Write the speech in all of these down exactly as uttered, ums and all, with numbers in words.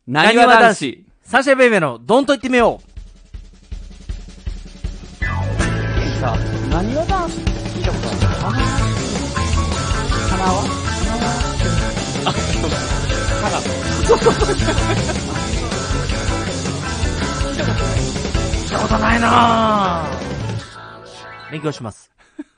なにわ男子。 サンシャインベイベーのドンと言ってみよう。 さ、なにわ男子って聞いたことあるかな？花はあ、そうだ。花。そうそうそう。 聞いたことないなぁ。勉強します。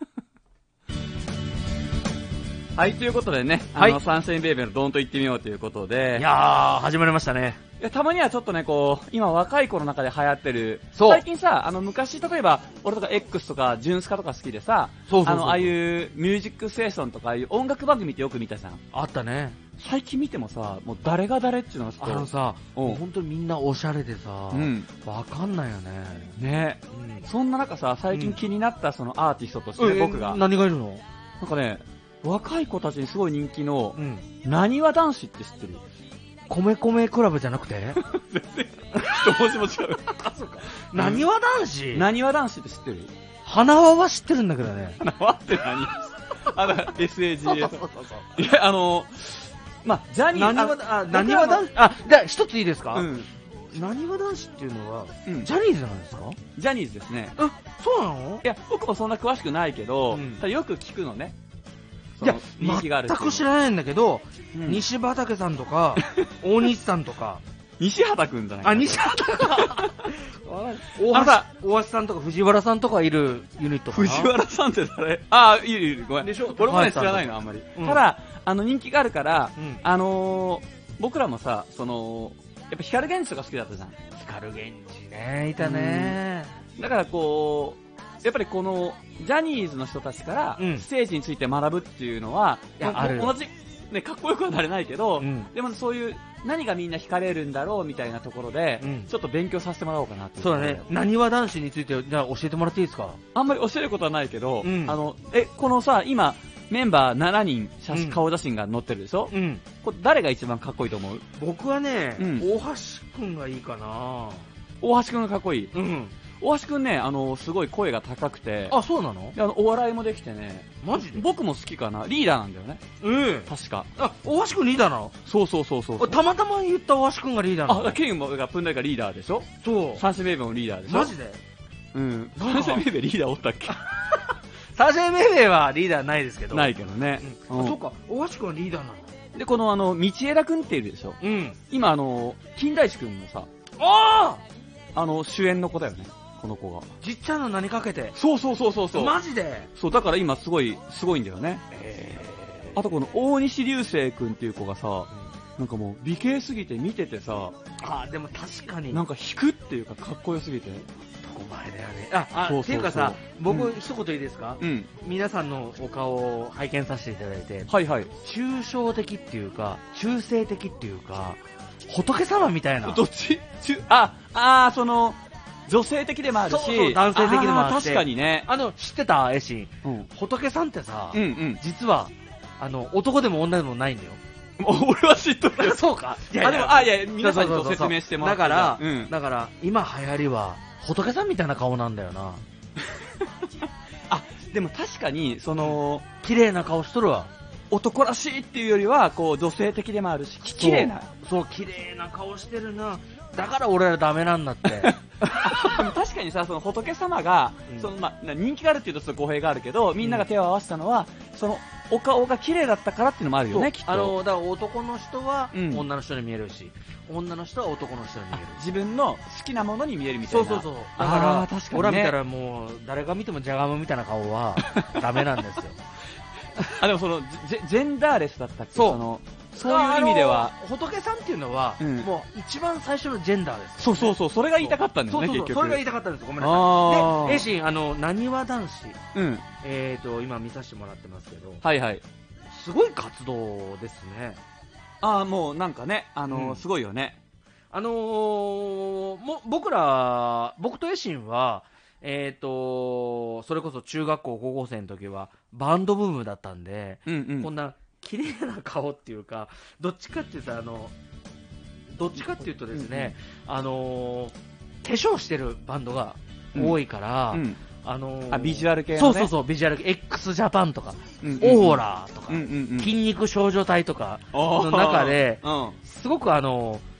はい、ということでね、 はい、 あの、サンシャインベイベーのドンと言ってみようということで。 いやー、始まりましたね。 いや、たまにはちょっとね、こう、今若い子の中で流行ってる、 そう。 最近さ、あの、昔、例えば、俺とか X とか、ジュンスカとか好きでさ、 そうそうそう、 あの、ああいうミュージックステーションとか、ああいう音楽番組ってよく見たじゃん。 あったね。 最近見てもさ、もう誰が誰っていうのがちょっと。 あのさ、もう本当にみんなおしゃれでさ、うん。わかんないよね。 ね、うん。そんな中さ、最近気になったそのアーティストとして、ね、うん、僕が。 何がいるの？ なんかね、若い子たちにすごい人気の、うん、なにわ男子って知ってる？ 米米クラブじゃなくて全然、一文字も違う。 あ、そうか。なにわ男子？ なにわ男子って知ってる？ 花輪は知ってるんだけどね。 花輪って何？あの、エスエージーエー。そうそうそうそう。いや、あの、まあ、ジャニー、 なにわ、あ、なにわ男子、あ、じゃあ一ついいですか？うん。なにわ男子っていうのは、うん、ジャニーズなんですか？ ジャニーズですね。 え、そうなの？ いや、僕もそんな詳しくないけど、うん、よく聞くのね。 いや、全く知らないんだけど、うん、西畑さんとか、大西さんとか。 西畑くんじゃないか。 あ、西畑か。大橋、大橋さんとか藤原さんとかいるユニットかな。 藤原さんって誰？あ、いるいる、ごめん。でしょ？俺もね、知らないの、あんまり。うん、ただ、あの、人気があるから、うん、あのー、僕らもさ、その、やっぱ光源氏とか好きだったじゃん。 光源氏ね、いたね。 だからこう、やっぱりこのジャニーズの人たちからステージについて学ぶっていうのは、うん、いやある同じ、ね、かっこよくはなれないけど、うん、でもそういう何がみんな惹かれるんだろうみたいなところで、うん、ちょっと勉強させてもらおうかなって。 そうだね。なにわ男子についてじゃあ教えてもらっていいですか？ あんまり教えることはないけど、うん、あのえこのさ今メンバーしちにん写真、うん、顔写真が載ってるでしょ、うん、これ誰が一番かっこいいと思う？ 僕はね、うん、大橋くんがいいかな。 大橋くんがかっこいい。 うん。 大橋くんね、あの、すごい声が高くて。 あ、そうなの？ あの、お笑いもできてね。 マジで？ 僕も好きかな。リーダーなんだよね。 うん。 確か。 あ、大橋くんリーダーなの？ そうそうそうそう。 たまたま言った大橋くんがリーダーなの？ あ、ケンがプンダイがリーダーでしょ？ そう。 サンシャインベイベーもリーダーでしょ？ マジで？ うん。サンシャインベイベーリーダーおったっけ？ サンシャインベイベーはリーダーないですけど。 ないけどね。 うん。あ、そうか。大橋くんはリーダーなの？ で、このあの、道枝くんっているでしょ？うん。今あの、金田一くんのさ、 あああの、主演の子だよね。この子が。 じっちゃんの名にかけて。 そうそうそうそうそう。 マジで？ そう、だから今すごい、すごいんだよね。えー、あとこの大西流星くんっていう子がさ、うん、なんかもう美形すぎて見ててさ、 あ、でも確かに。 なんか引くっていうかかっこよすぎて。 お前だよね。あ、あ、そうそうそうっていうかさ、僕、うん、一言いいですか？うん。皆さんのお顔を拝見させていただいて、 はいはい。 抽象的っていうか、中性的っていうか、仏様みたいな。 どっち？あ、あー、その、女性的でもあるし、 そうそう男性的でもあって、 確かにね。 あの、知ってたエシン、うん、仏さんってさ、うんうん、実は、あの、男でも女でもないんだよ。 俺は知っとるよ。 そうか。 いやいやあ、でも、あ、いや、皆さんにと説明してもらって。 だから、うん、だから、今流行りは、仏さんみたいな顔なんだよな。 あ、でも確かに、その、 綺麗な顔しとるわ。 男らしいっていうよりは、こう、女性的でもあるし、綺麗な。 そう、綺麗な顔してるな。だから俺らダメなんだって。でも確かにさ、その仏様が、うん、そのまあ、人気があるっていうとちょっと語弊があるけど、みんなが手を合わせたのは、うん、そのお顔が綺麗だったからっていうのもあるよね、きっと。 あの、だから男の人は女の人に見えるし、うん、女の人は男の人に見える。 自分の好きなものに見えるみたいな。 そうそうそう。だから、確かにね、俺ら見たらもう、誰が見てもジャガムみたいな顔はダメなんですよ。 あ、でもその、ジェ、ジェンダーレスだったっけ？そう。そのそういう意味では、 仏さんっていうのは、うん、もう一番最初のジェンダーです、ね。 そうそうそう、それが言いたかったんですね、 そうそうそう結局。 それが言いたかったんです。ごめんなさい。で、エイシン、あの、なにわ男子、 うん、 えっと、今見させてもらってますけど、 はいはい。 すごい活動ですね。 ああ、もうなんかね、あのーうん、すごいよね。 あのー、も、僕ら、僕とエイシンは、えっと、それこそ中学校、高校生の時は、バンドブームだったんで、うんうん、こんな、綺麗な顔っていうか、どっちかっていうと、あの、どっちかっていうとですね、うんうん、あのー、化粧してるバンドが多いから、うんうん、あのー、 あ、ビジュアル系のね。 そうそうそう、ビジュアル系、X ジャパンとか、うんうんうん、オーラとか、うんうんうん、筋肉少女隊とかの中で、うん、すごくあの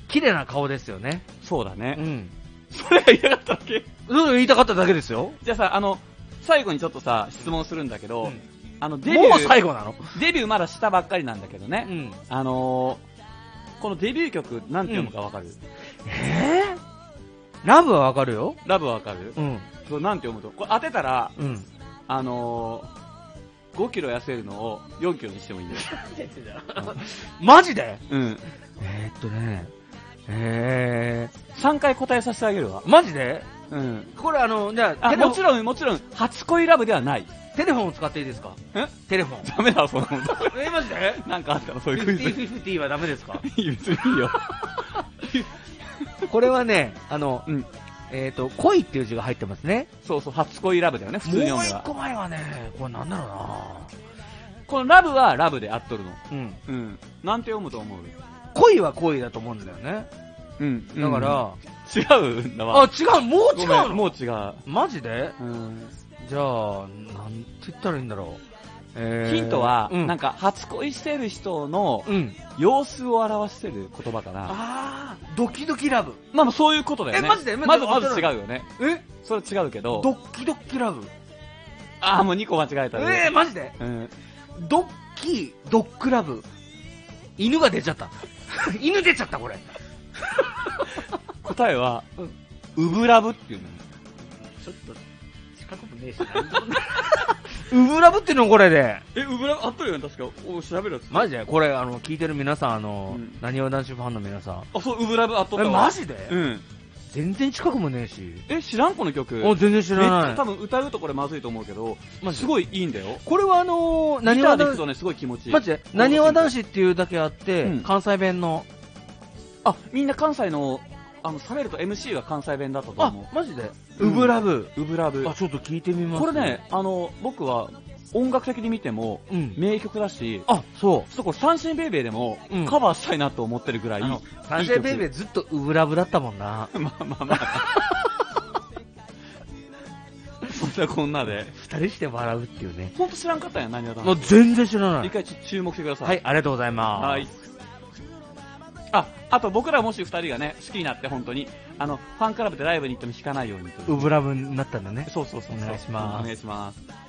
綺麗な顔ですよね。 そうだね。 うん。 それが言いたかっただけそう言いたかっただけですよ。 じゃあさ、あの、最後にちょっとさ、質問するんだけど、うん、あの、 デビュー。もう最後なの？ デビューまだしたばっかりなんだけどね。うん、あのー、このデビュー曲、なんて読むかわかる？うん、 えー、ラブはわかるよ。 ラブはわかる？うん。そう、なんて読むと。これ当てたら、うん、あのー、ごキロ痩せるのをよんキロにしてもいいんだよ。 マジで？ うん。 えー、っとね、えー、さんかい答えさせてあげるわ。 マジで？ うん。 これあの、じゃあ、 あもちろん、もちろん、初恋ラブではない。 テレフォンを使っていいですか？ えテレフォン。 ダメだ、そんなもん。 え、マジで？ なんかあったらそういうクイズ。 フィフティーフィフティーはダメですか？ いい、別にいいよ。 これはね、あの、うん、えっ、ー、と、恋っていう字が入ってますね。 そうそう、初恋ラブだよね、普通に読むは。もう一個前はね、これなんだろうな。 このラブはラブで合っとるの。うん。うん。なんて読むと思う？ 恋は恋だと思うんだよね。うん。だから、 違うんだわ。 あ、違う、もう違うの？ もう違う。 マジで？うん。じゃあ、なんて言ったらいいんだろう。 えー、ヒントは、うん、なんか、初恋してる人の、様子を表してる言葉かな。ああ、ドキドキラブ。 まあ、そういうことだよね。 え、マジで？ まず、まず違うよね。 え？ それ違うけど。 ドッキドキラブ。 ああ、もうにこ間違えたね。えー、マジで？うん。ドッキドッグラブ。犬が出ちゃった。犬出ちゃった、これ。 答えは、うん、ウブラブっていうの。 ちょっと、近くもねえし、ウブラブっていうのこれで。 え、ウブラブあっとるよね、確か。お、調べるやつ。 マジでこれ、あの、聞いてる皆さん、あの、なにわ男子ファンの皆さん。 あ、そう、ウブラブあっとったわ。 え、マジで？ うん。 全然近くもねえし。 え、知らんこの曲？ あ、全然知らない。 多分歌うとこれまずいと思うけど、まあ、すごいいいんだよ。 これはあのー、 なにわ男子とね、すごい気持ちいい。 マジでなにわ男子っていうだけあって、うん、関西弁の。 あ、みんな関西の、あの、喋ると エムシー は関西弁だったと思う。 あ、マジで？ウブラブ。 ウブラブ。 あ、ちょっと聞いてみます。 これね、あの、僕は、音楽的に見ても、うん、名曲だし、 あ、そう。 ちょっとこれ、サンシンベイベーでも、カバーしたいなと思ってるぐらい、うん、 サンシンベイベーずっとウブラブだったもんな。 まあまあまあ。そんなこんなで。 二人して笑うっていうね。 ほんと知らんかったんや、何やったの。もう全然知らない。 一回注目してください。 はい、ありがとうございます。 はい。あ、あと僕らもし二人がね、好きになって本当に、あの、ファンクラブでライブに行っても弾かないようにと。 ウブラブになったんだね。 そうそうそう。 お願いします。 お願いします。